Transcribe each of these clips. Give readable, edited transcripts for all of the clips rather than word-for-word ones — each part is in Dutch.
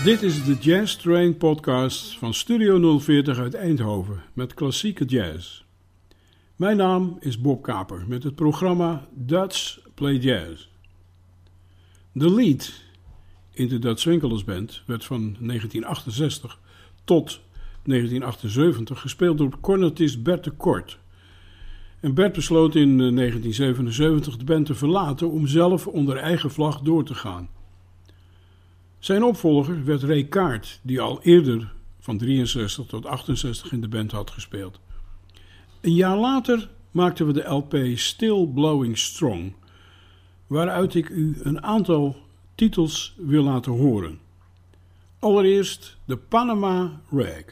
Dit is de Jazz Train podcast van Studio 040 uit Eindhoven met klassieke jazz. Mijn naam is Bob Kaper met het programma Dutch Play Jazz. De lead in de Dutch Winkelers Band werd van 1968 tot 1978 gespeeld door cornetist Bert de Kort. En Bert besloot in 1977 de band te verlaten om zelf onder eigen vlag door te gaan. Zijn opvolger werd Ray Kaart, die al eerder van 63 tot 68 in de band had gespeeld. Een jaar later maakten we de LP Still Blowing Strong, waaruit ik u een aantal titels wil laten horen. Allereerst de Panama Rag.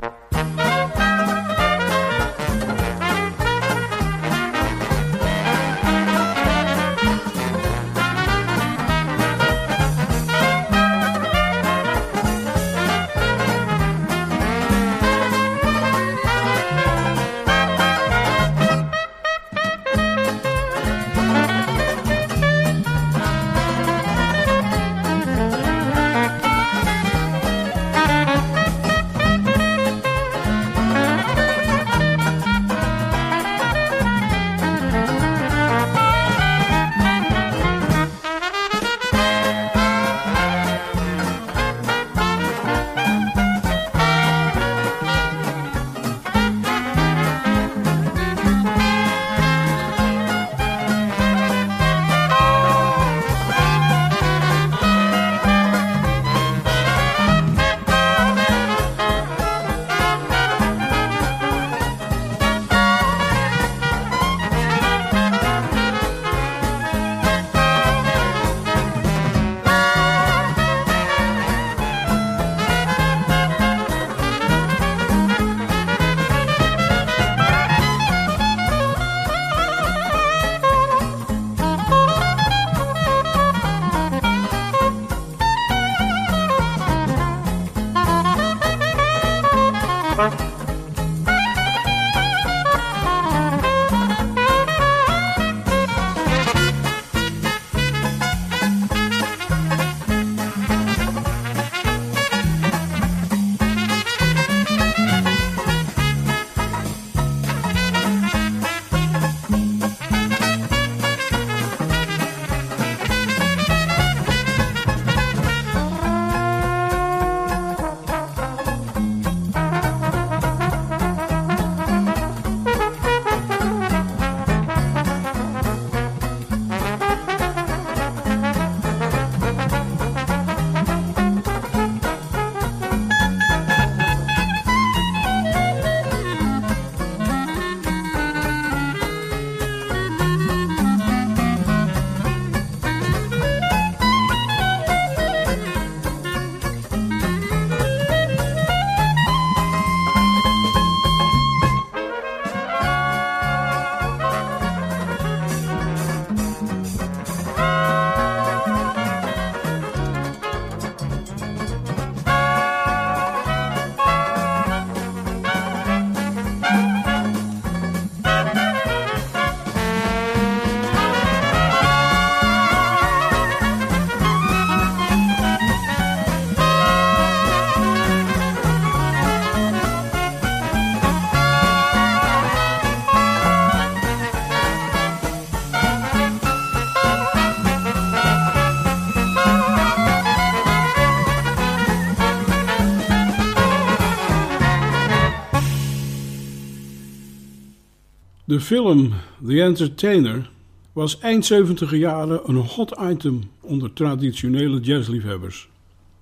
De film The Entertainer was eind 70 jaren een hot item onder traditionele jazzliefhebbers.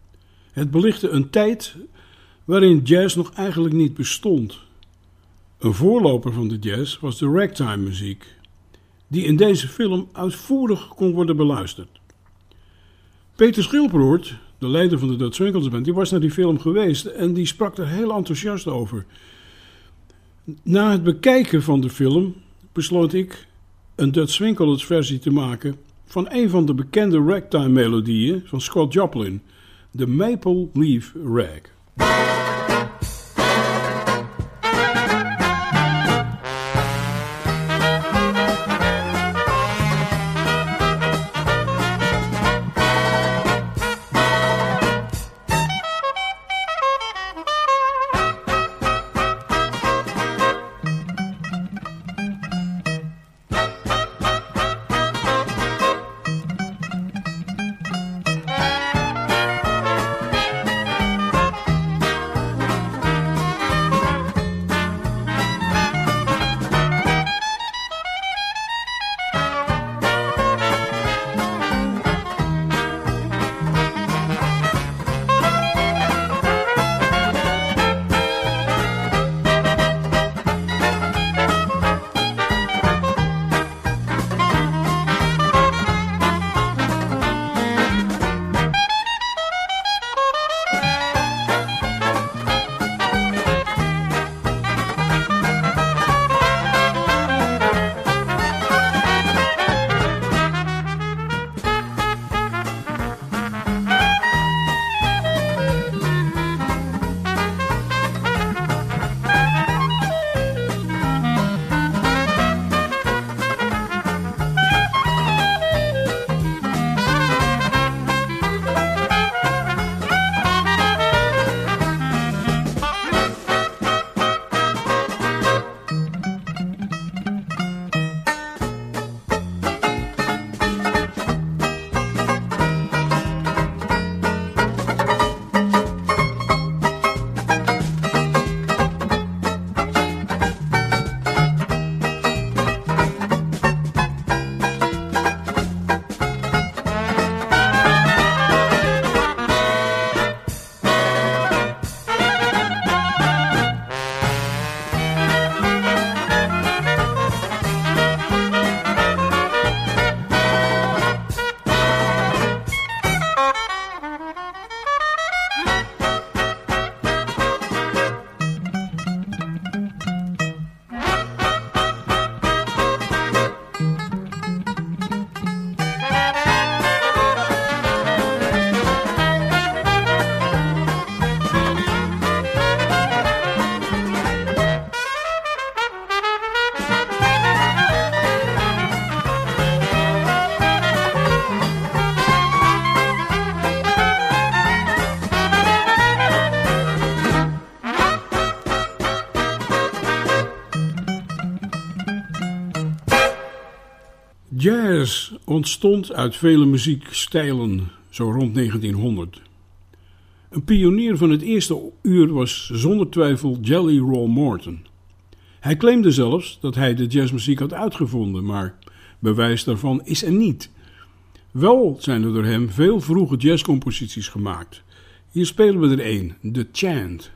Het belichtte een tijd waarin jazz nog eigenlijk niet bestond. Een voorloper van de jazz was de ragtime muziek, die in deze film uitvoerig kon worden beluisterd. Peter Schilperoort, de leider van de Dutch Winkelers Band, die was naar die film geweest en die sprak er heel enthousiast over. Na het bekijken van de film besloot ik een Dutch Winkelers versie te maken van een van de bekende ragtime melodieën van Scott Joplin, de Maple Leaf Rag. Jazz ontstond uit vele muziekstijlen, zo rond 1900. Een pionier van het eerste uur was zonder twijfel Jelly Roll Morton. Hij claimde zelfs dat hij de jazzmuziek had uitgevonden, maar bewijs daarvan is er niet. Wel zijn er door hem veel vroege jazzcomposities gemaakt. Hier spelen we er één, The Chant.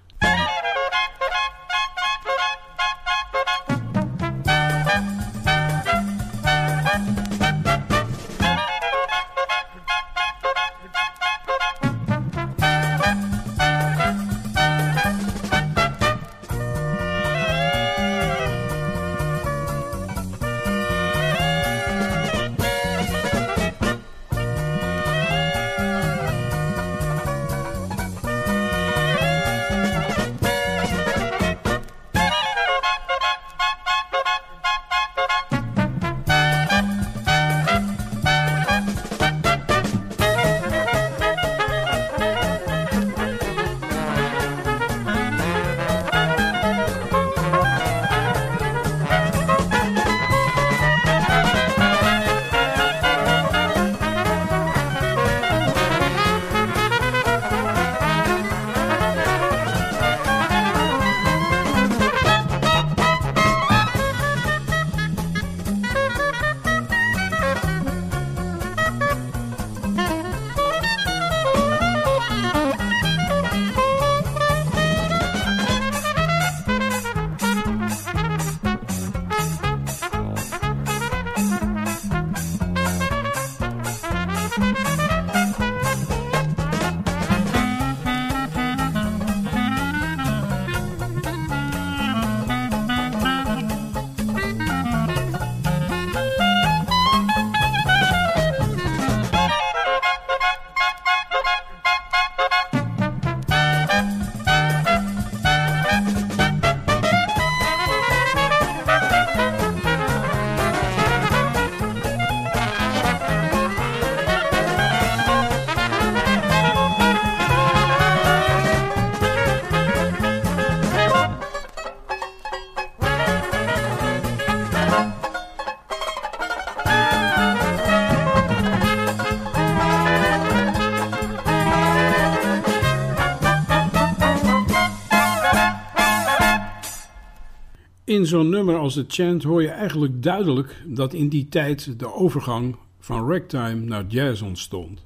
In zo'n nummer als The Chant hoor je eigenlijk duidelijk dat in die tijd de overgang van ragtime naar jazz ontstond.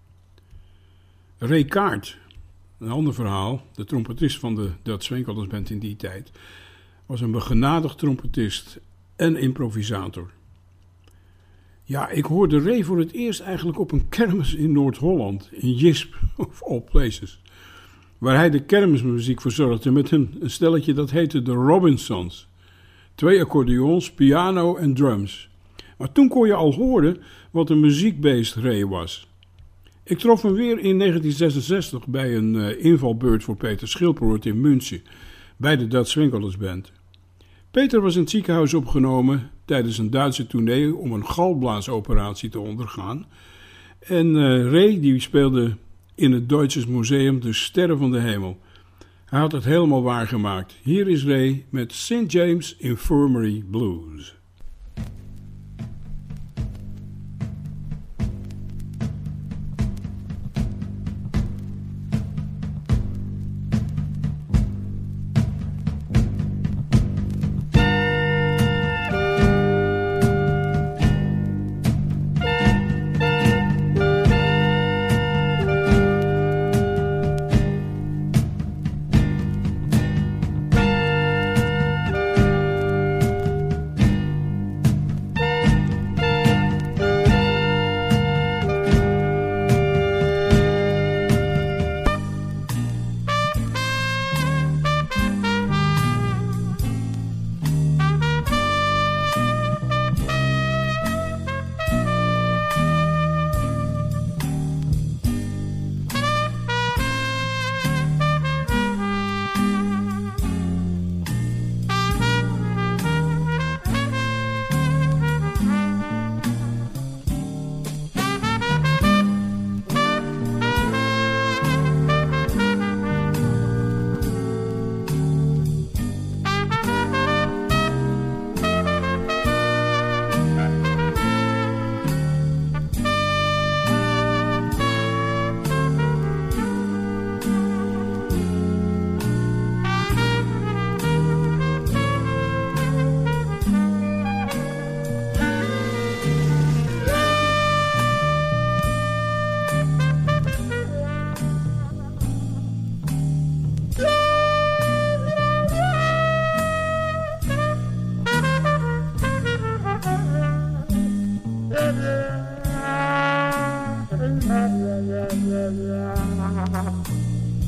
Ray Kaart, een ander verhaal, de trompetist van de Dutch Swing Quartets Band in die tijd, was een begenadigd trompetist en improvisator. Ja, ik hoorde Ray voor het eerst eigenlijk op een kermis in Noord-Holland, in Jisp of all places, waar hij de kermismuziek verzorgde met een stelletje dat heette de Robinsons. 2 accordeons, piano en drums. Maar toen kon je al horen wat een muziekbeest Ray was. Ik trof hem weer in 1966 bij een invalbeurt voor Peter Schilperoort in München, bij de Dutch Swing Quartets Band. Peter was in het ziekenhuis opgenomen tijdens een Duitse tournee om een galblaasoperatie te ondergaan. En Ray die speelde in het Deutsches Museum de Sterren van de Hemel. Hij had het helemaal waargemaakt. Hier is Ray met St. James Infirmary Blues.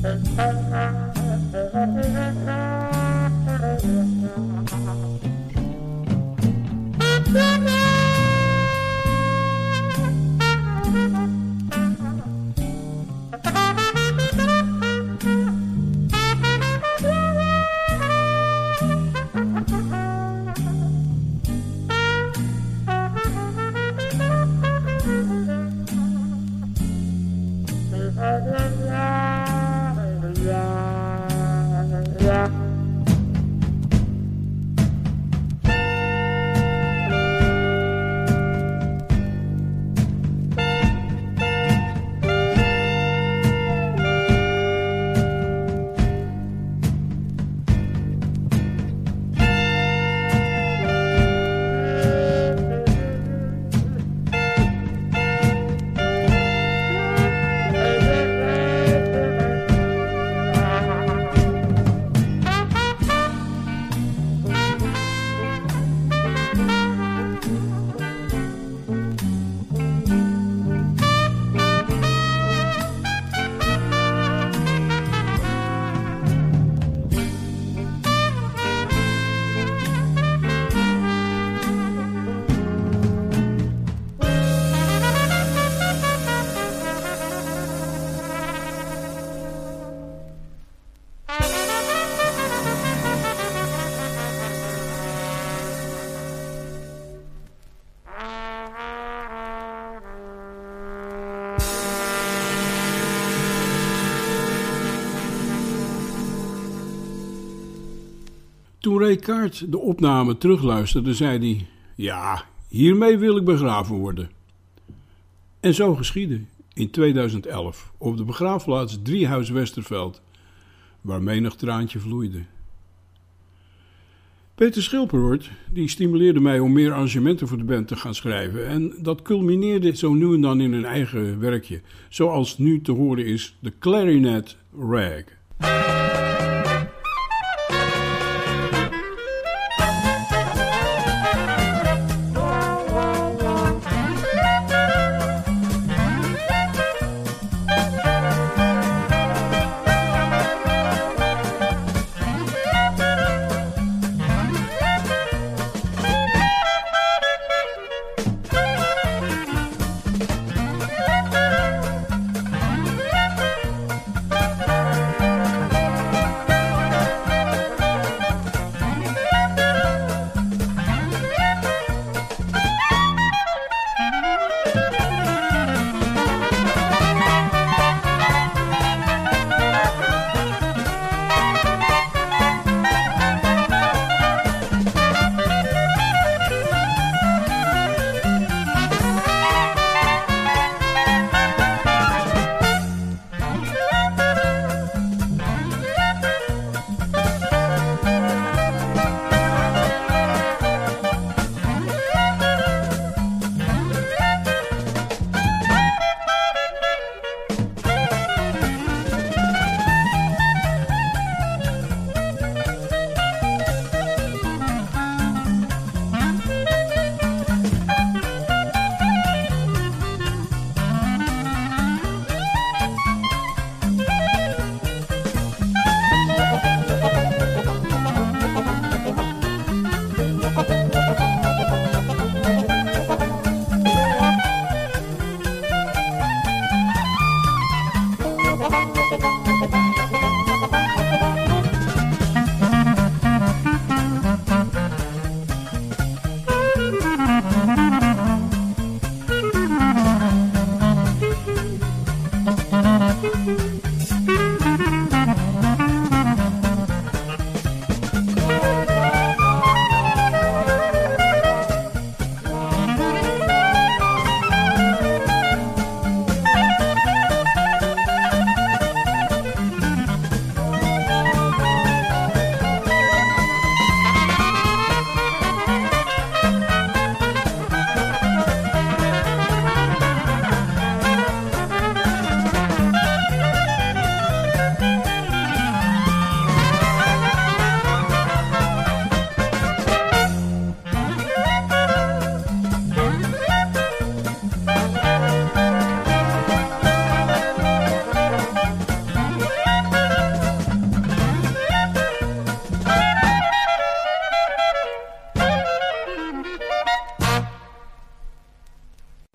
Toen Ray Kaart de opname terugluisterde, zei hij: ja, hiermee wil ik begraven worden. En zo geschiedde in 2011 op de begraafplaats Driehuis Westerveld, waar menig traantje vloeide. Peter Schilperoort die stimuleerde mij om meer arrangementen voor de band te gaan schrijven en dat culmineerde zo nu en dan in een eigen werkje, zoals nu te horen is de Clarinet Rag.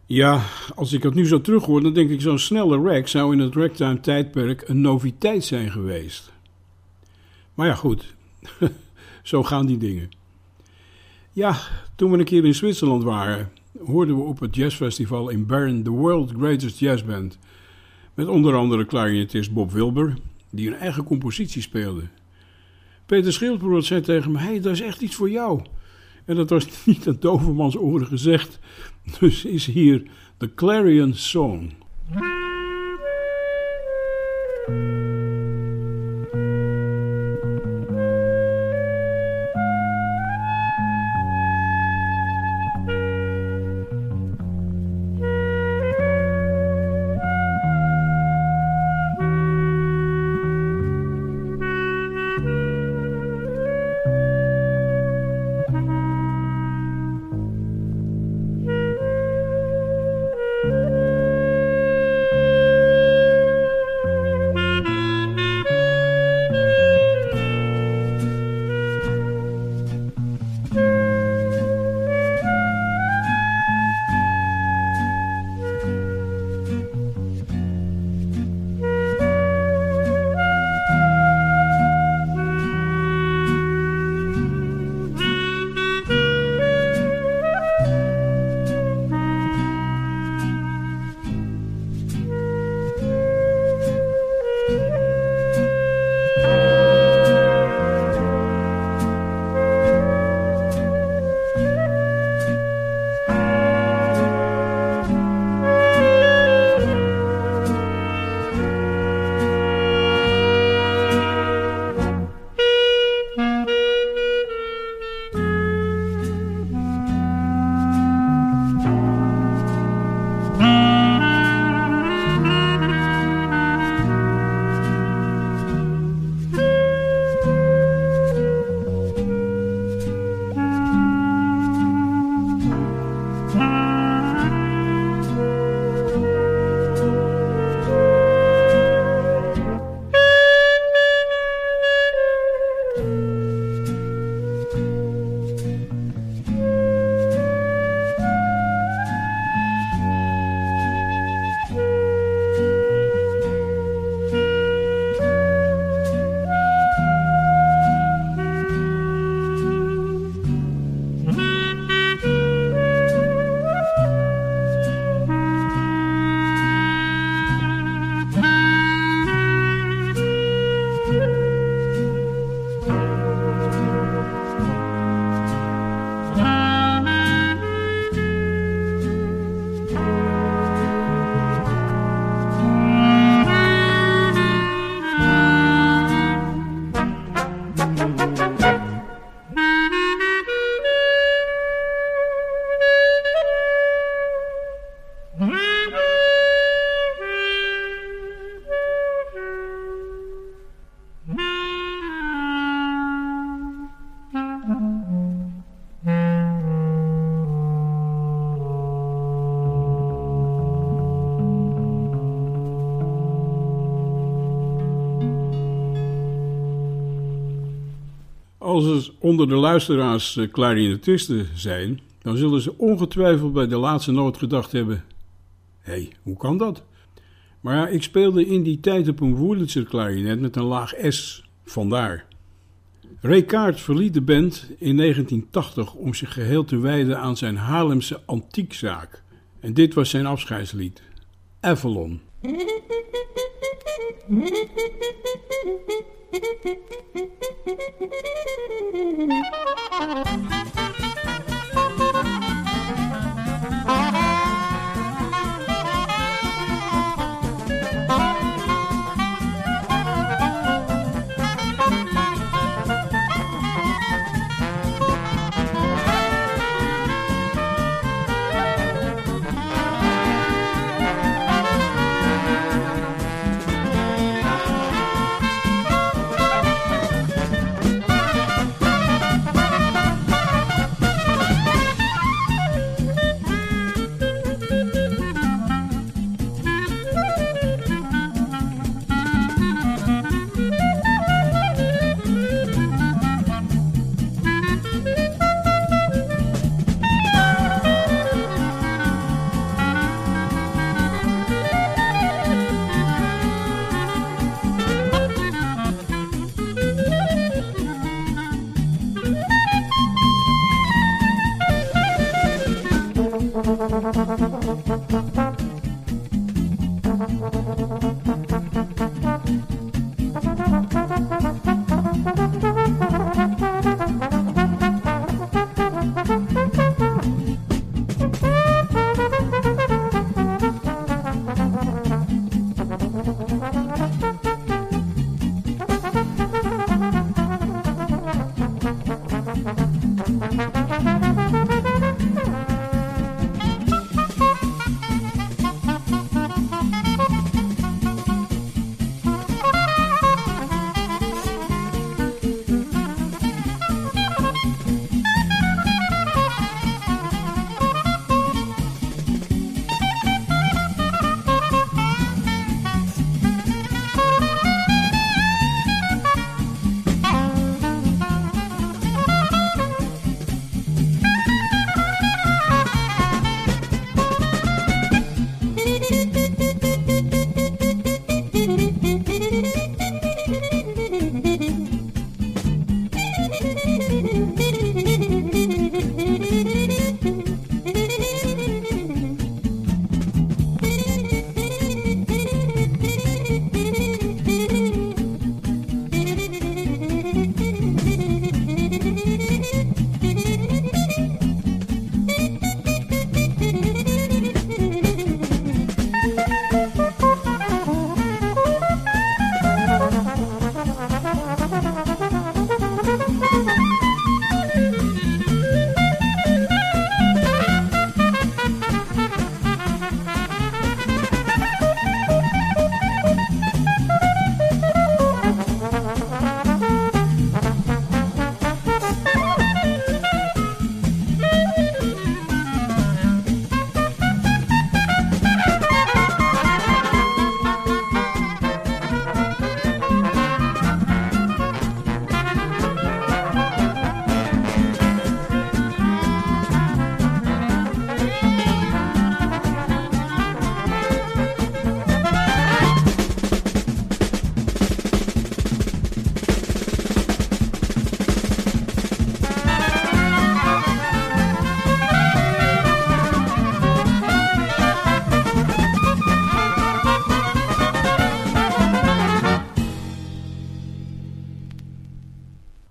Ja, als ik het nu zo terughoor, dan denk ik zo'n snelle rag zou in het ragtime tijdperk een noviteit zijn geweest. Maar ja, goed. Zo gaan die dingen. Ja, toen we een keer in Zwitserland waren, hoorden we op het jazzfestival in Bern de World Greatest Jazz Band. Met onder andere clarinetist Bob Wilber, die een eigen compositie speelde. Peter Schildbrood zei tegen me, hey, dat is echt iets voor jou. En dat was niet aan dovermans oren gezegd, dus is hier de Clarion Song. Als er onder de luisteraars clarinetisten zijn, dan zullen ze ongetwijfeld bij de laatste noot gedacht hebben: hé, hoe kan dat? Maar ja, ik speelde in die tijd op een Wurlitzer klarinet met een laag S, vandaar. Ray Kaart verliet de band in 1980 om zich geheel te wijden aan zijn Haarlemse antiekzaak. En dit was zijn afscheidslied, Avalon.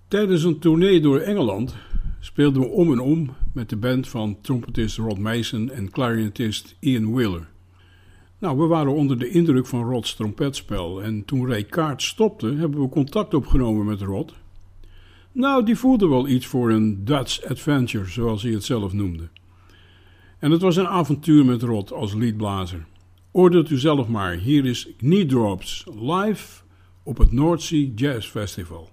Tijdens een tournee door Engeland speelden we om en om met de band van trompetist Rod Mason en clarinetist Ian Wheeler. Nou, we waren onder de indruk van Rod's trompetspel en toen Ray Kaart stopte, hebben we contact opgenomen met Rod. Nou, die voelde wel iets voor een Dutch adventure, zoals hij het zelf noemde. En het was een avontuur met Rod als liedblazer. Oordeelt u zelf maar, hier is Knee Drops live op het North Sea Jazz Festival.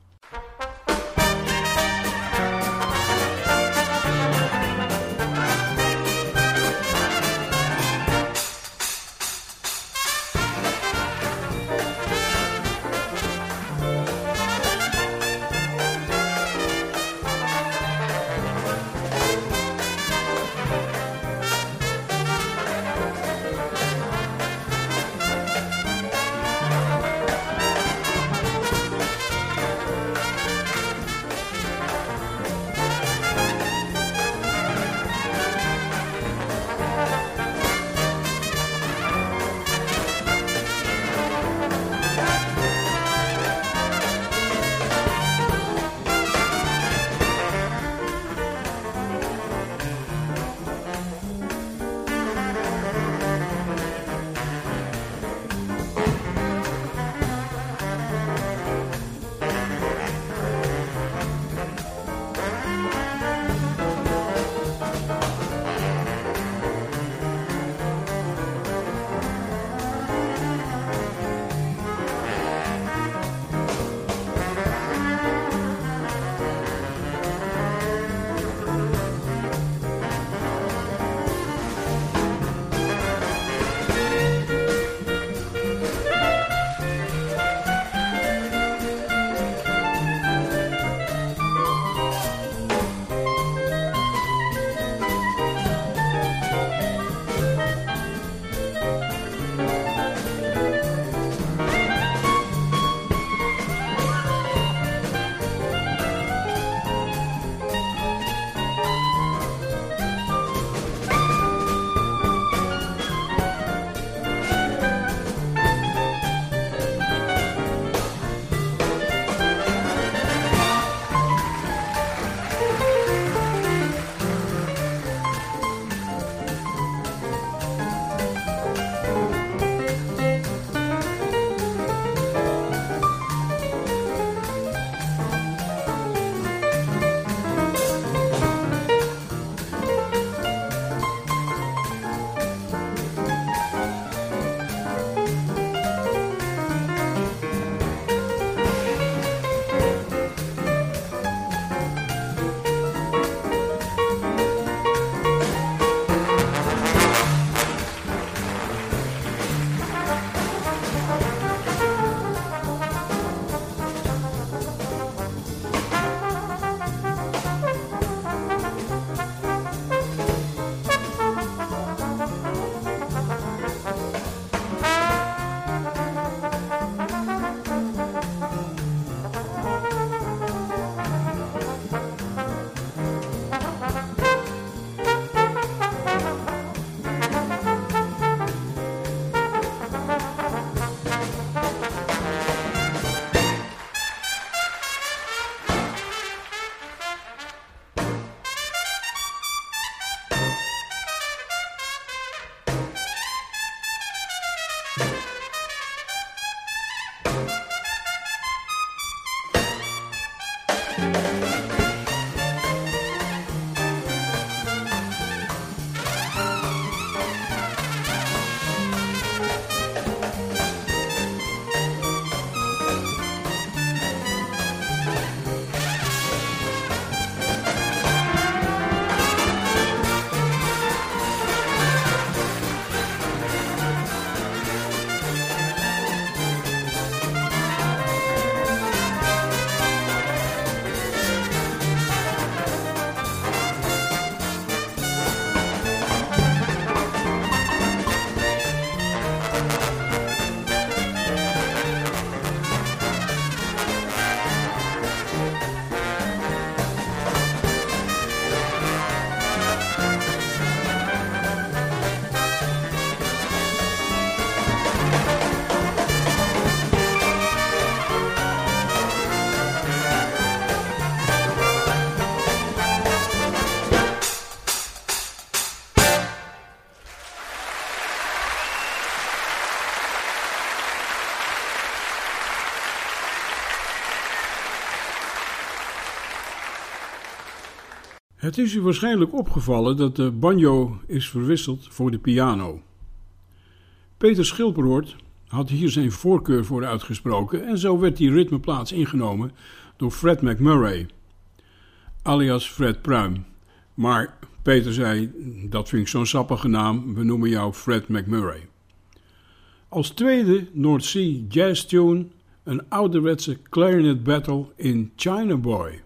Het is u waarschijnlijk opgevallen dat de banjo is verwisseld voor de piano. Peter Schilperoort had hier zijn voorkeur voor uitgesproken en zo werd die ritmeplaats ingenomen door Fred McMurray, alias Fred Pruim. Maar Peter zei, dat vind ik zo'n sappige naam, we noemen jou Fred McMurray. Als tweede North Sea jazz tune een ouderwetse clarinet battle in China Boy.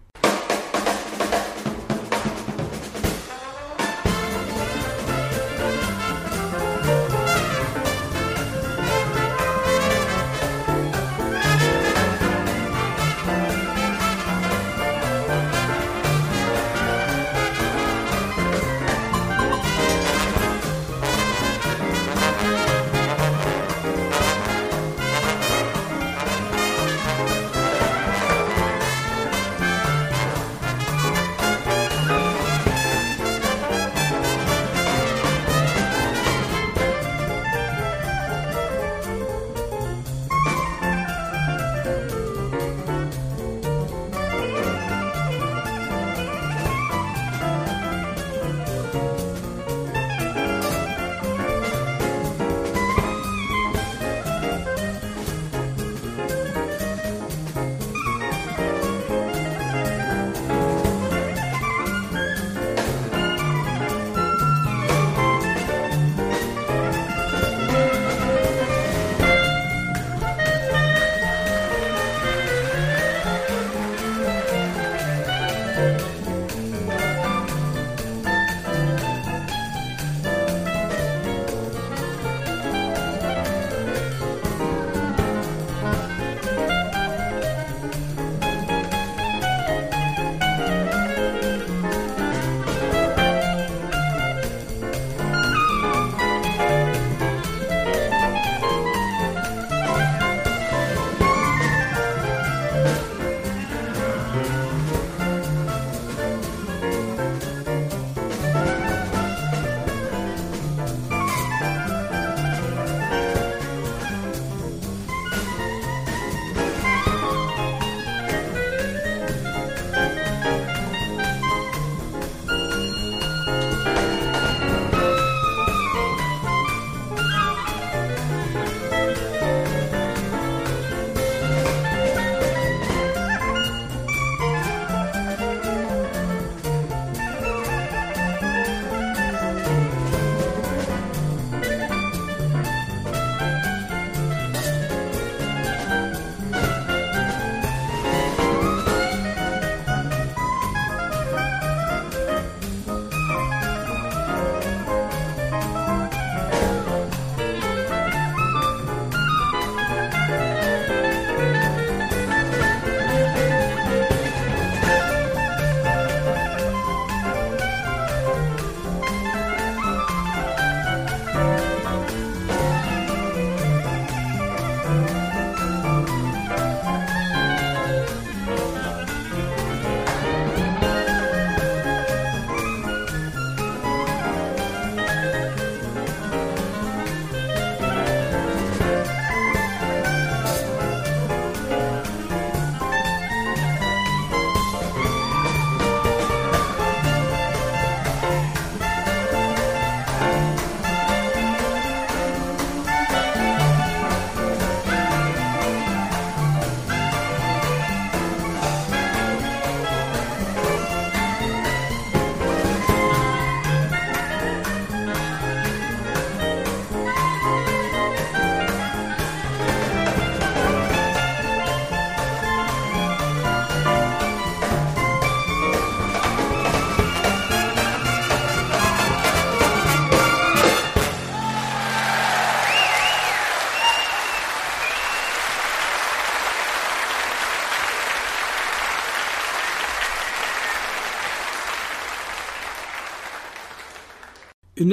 In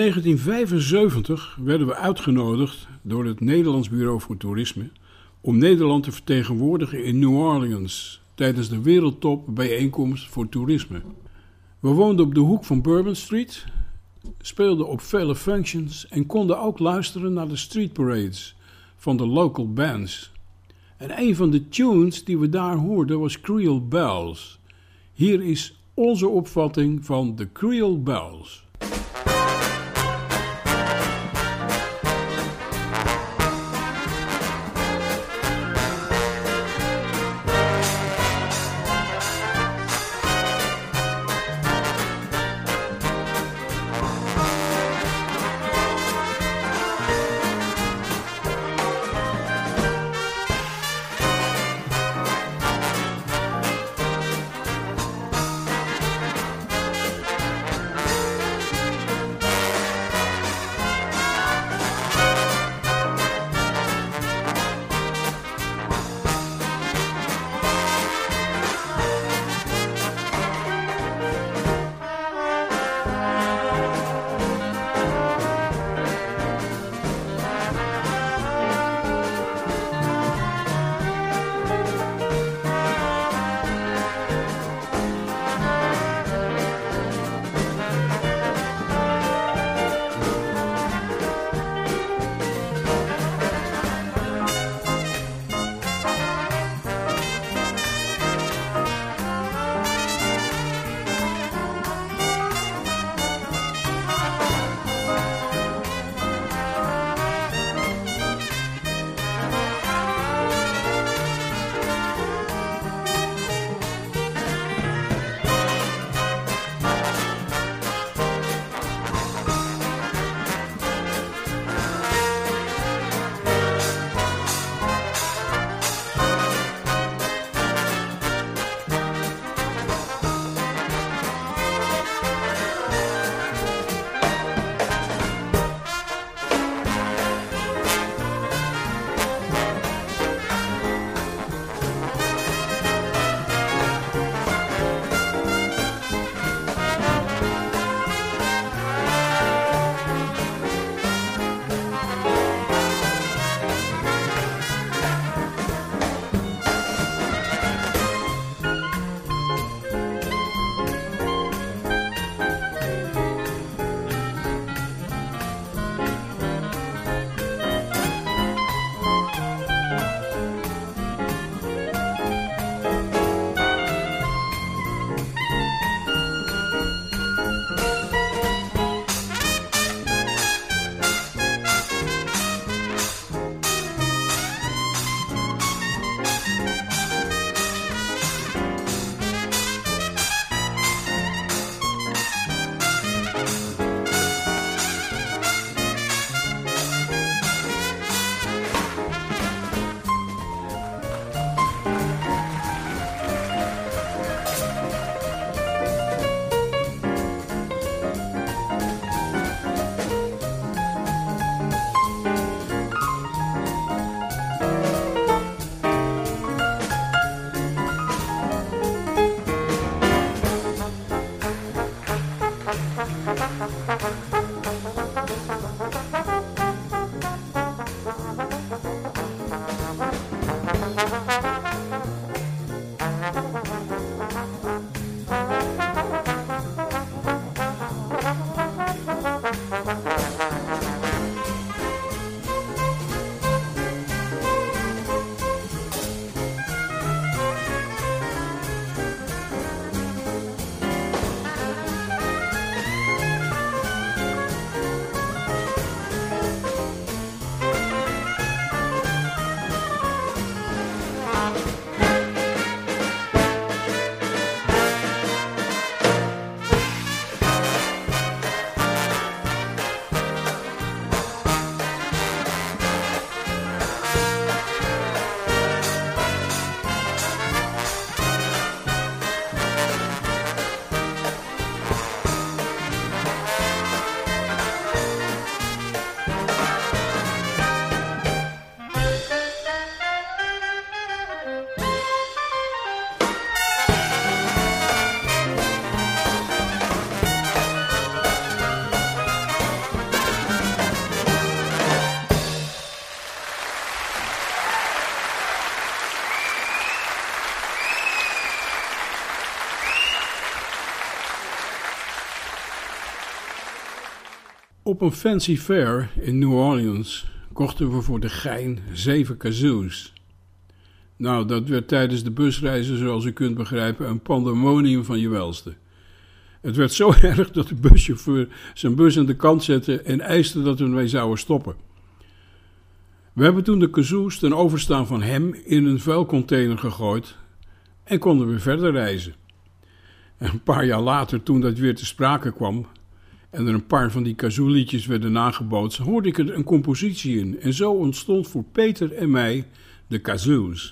1975 werden we uitgenodigd door het Nederlands Bureau voor Toerisme om Nederland te vertegenwoordigen in New Orleans tijdens de Wereldtop bijeenkomst voor toerisme. We woonden op de hoek van Bourbon Street, speelden op vele functions en konden ook luisteren naar de street parades van de local bands. En een van de tunes die we daar hoorden was Creole Bells. Hier is onze opvatting van de Creole Bells. Op een fancy fair in New Orleans kochten we voor de gein 7 kazoos. Nou, dat werd tijdens de busreizen, zoals u kunt begrijpen, een pandemonium van je welste. Het werd zo erg dat de buschauffeur zijn bus aan de kant zette en eiste dat we ermee zouden stoppen. We hebben toen de kazoos ten overstaan van hem in een vuilcontainer gegooid en konden weer verder reizen. En een paar jaar later, toen dat weer te sprake kwam en er een paar van die kazoo-liedjes werden nagebootst, hoorde ik er een compositie in. En zo ontstond voor Peter en mij de kazoos.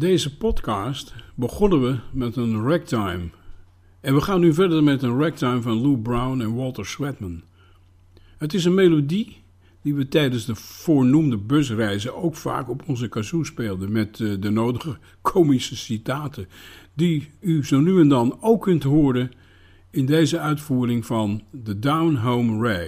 Deze podcast begonnen we met een ragtime. En we gaan nu verder met een ragtime van Lou Brown en Walter Sweatman. Het is een melodie die we tijdens de voornoemde busreizen ook vaak op onze kazoo speelden met de nodige komische citaten, die u zo nu en dan ook kunt horen in deze uitvoering van The Down Home Rag.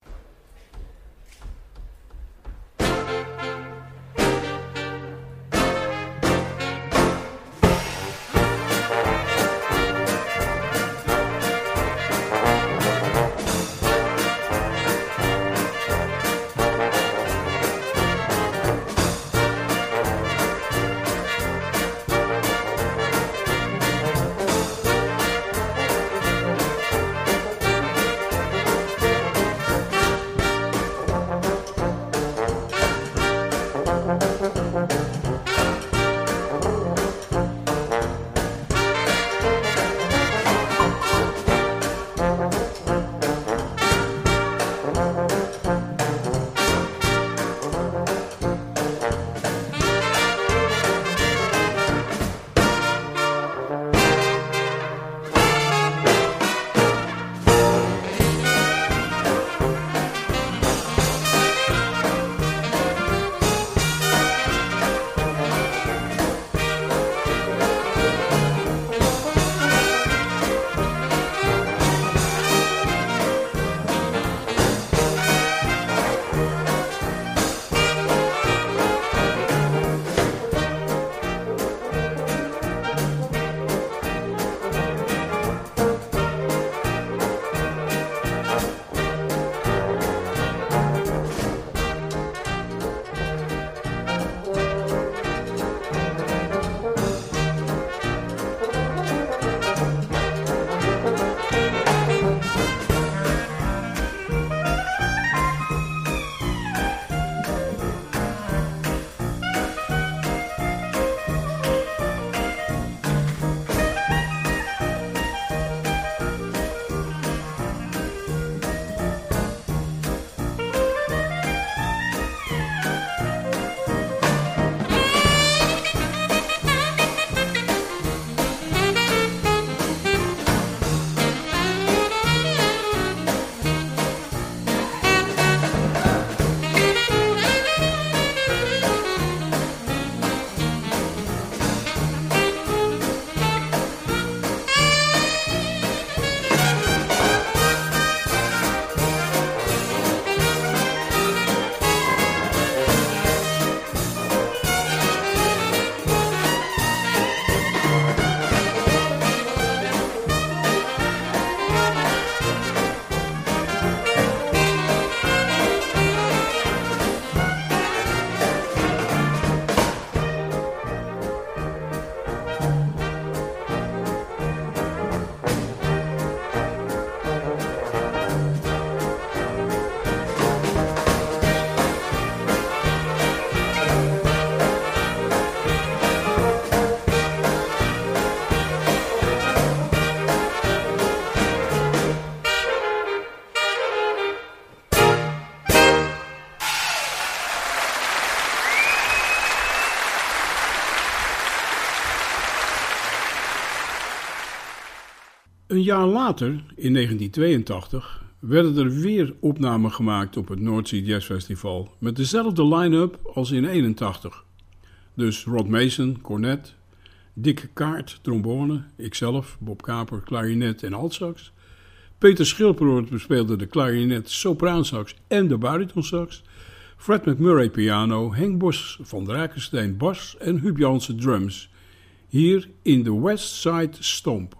Een jaar later, in 1982, werden er weer opnamen gemaakt op het North Sea Jazz Festival met dezelfde line-up als in 1981. Dus Rod Mason, cornet, Dick Kaart, trombone, ikzelf, Bob Kaper, klarinet en altsax. Peter Schilperoort bespeelde de klarinet, sopraansax en de baritonsax. Fred McMurray piano, Henk Bos van Drakensteen bas en Huub Jansen drums. Hier in de West Side Stomp.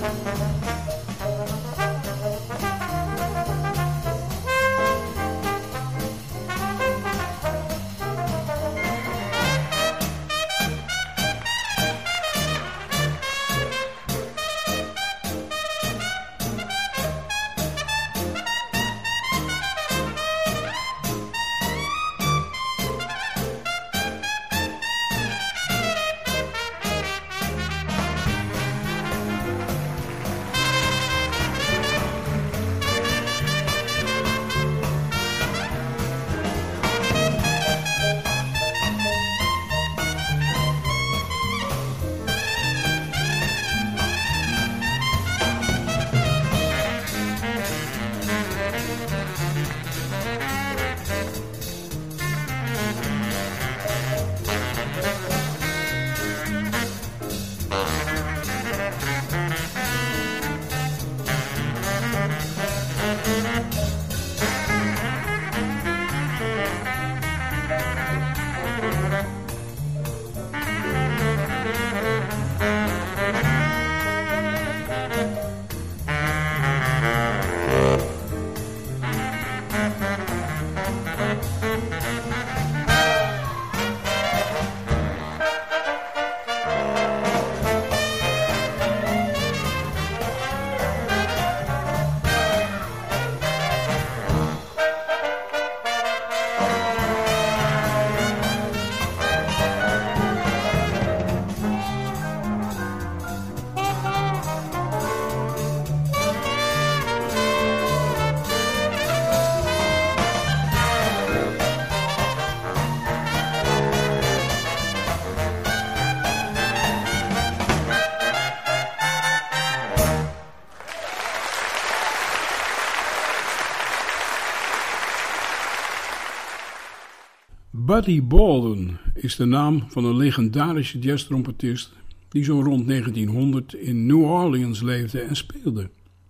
Buddy Bolden is de naam van een legendarische jazztrompetist die zo rond 1900 in New Orleans leefde en speelde.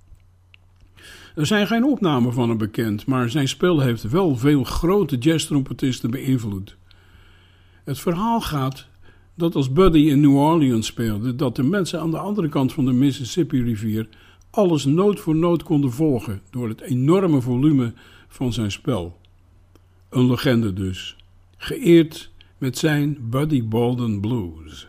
Er zijn geen opnamen van hem bekend, maar zijn spel heeft wel veel grote jazztrompetisten beïnvloed. Het verhaal gaat dat als Buddy in New Orleans speelde, dat de mensen aan de andere kant van de Mississippi-rivier alles noot voor noot konden volgen door het enorme volume van zijn spel. Een legende dus, geëerd met zijn Buddy Bolden Blues.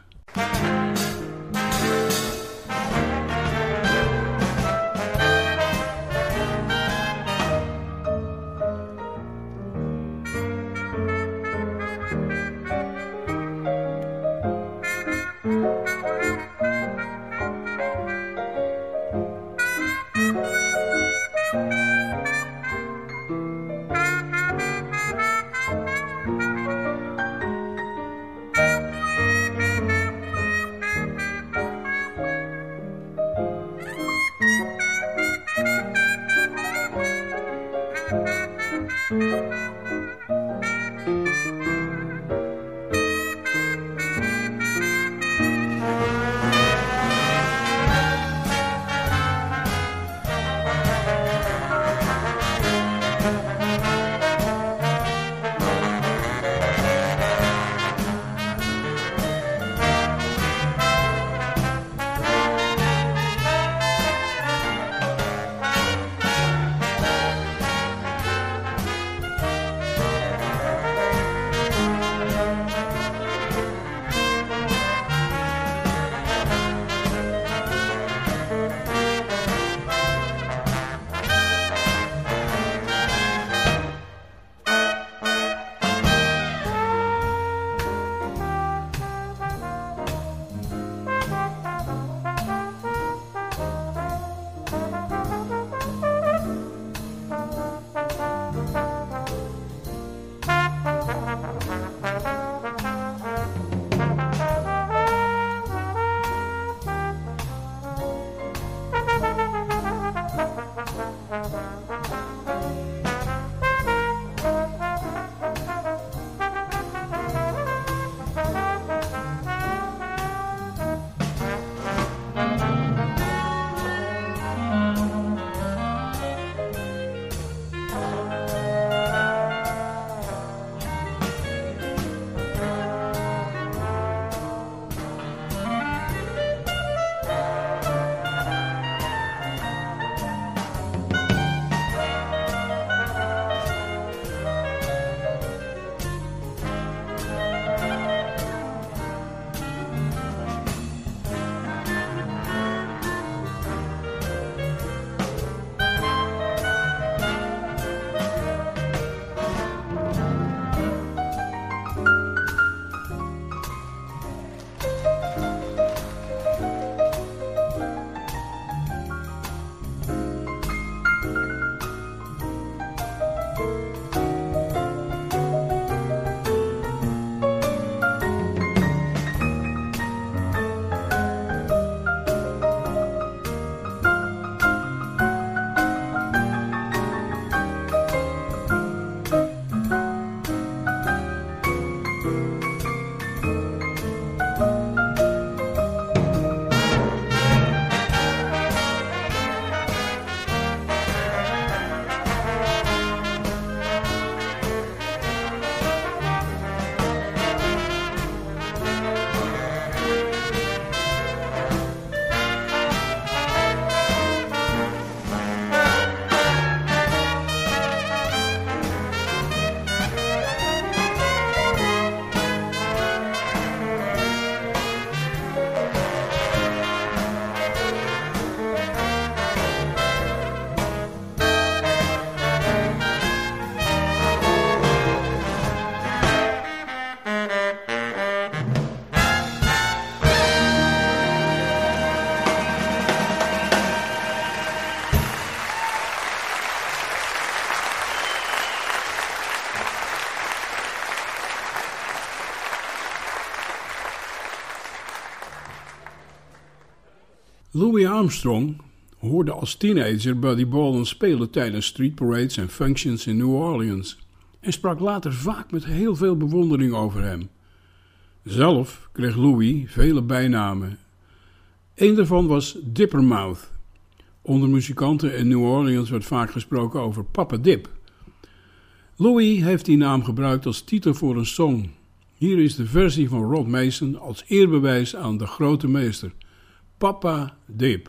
Louis Armstrong hoorde als teenager Buddy Bolden spelen tijdens street parades en functions in New Orleans en sprak later vaak met heel veel bewondering over hem. Zelf kreeg Louis vele bijnamen. Een daarvan was Dippermouth. Onder muzikanten in New Orleans werd vaak gesproken over Papa Dip. Louis heeft die naam gebruikt als titel voor een song. Hier is de versie van Rod Mason als eerbewijs aan de grote meester, Papa Dip.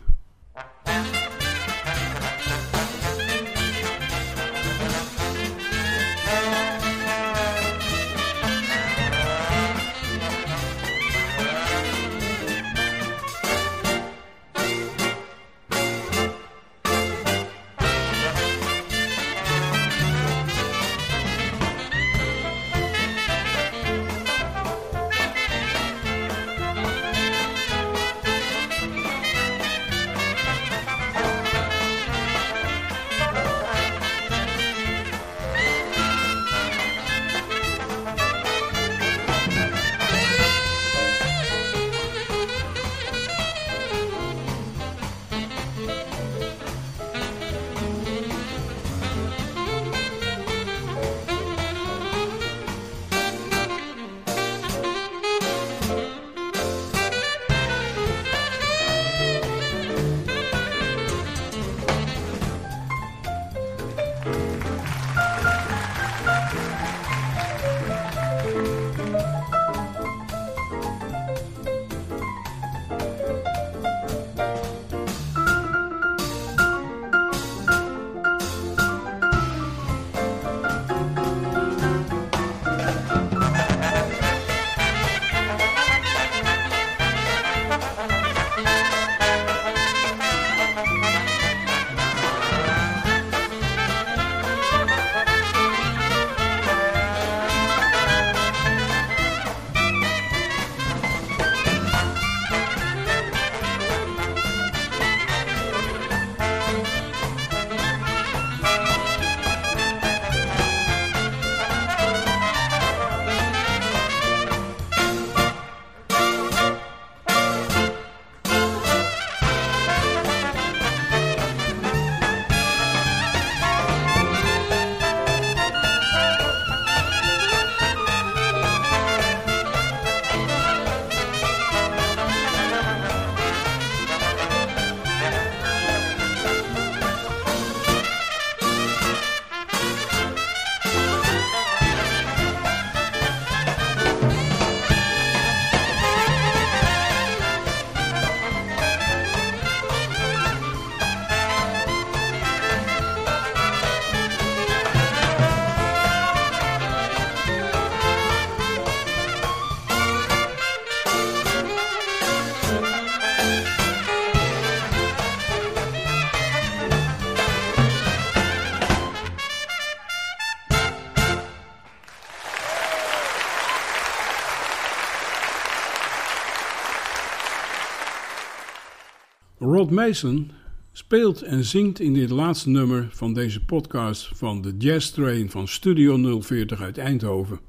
Rod Mason speelt en zingt in dit laatste nummer van deze podcast van de Jazz Train van Studio 040 uit Eindhoven.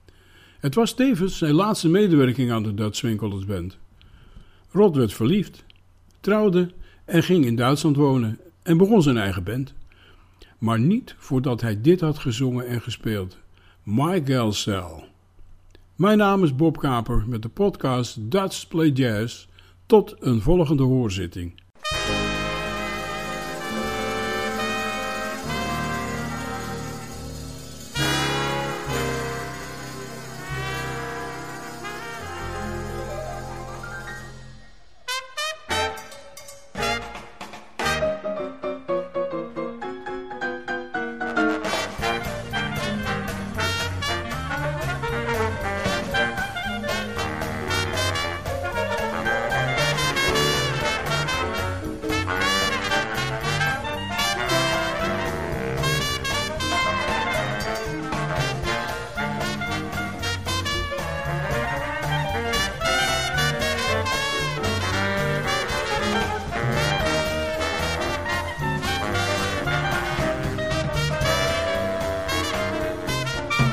Het was tevens zijn laatste medewerking aan de Dutch Swing College Band. Rod werd verliefd, trouwde en ging in Duitsland wonen en begon zijn eigen band. Maar niet voordat hij dit had gezongen en gespeeld. My Gal Sal. Mijn naam is Bob Kaper met de podcast Dutch Play Jazz. Tot een volgende hoorzitting.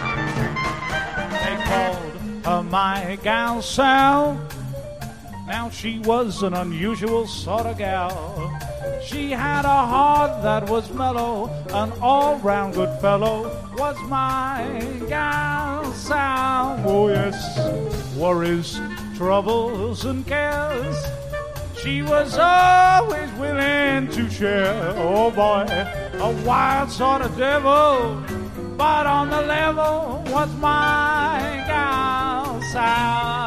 My gal Sal, now She was an unusual sort of gal. She had a heart that was mellow, an all-round good fellow was my gal Sal. Oh yes, worries, troubles and cares, she was always willing to share. Oh boy, a wild sort of devil, but on the level was my gal Sal.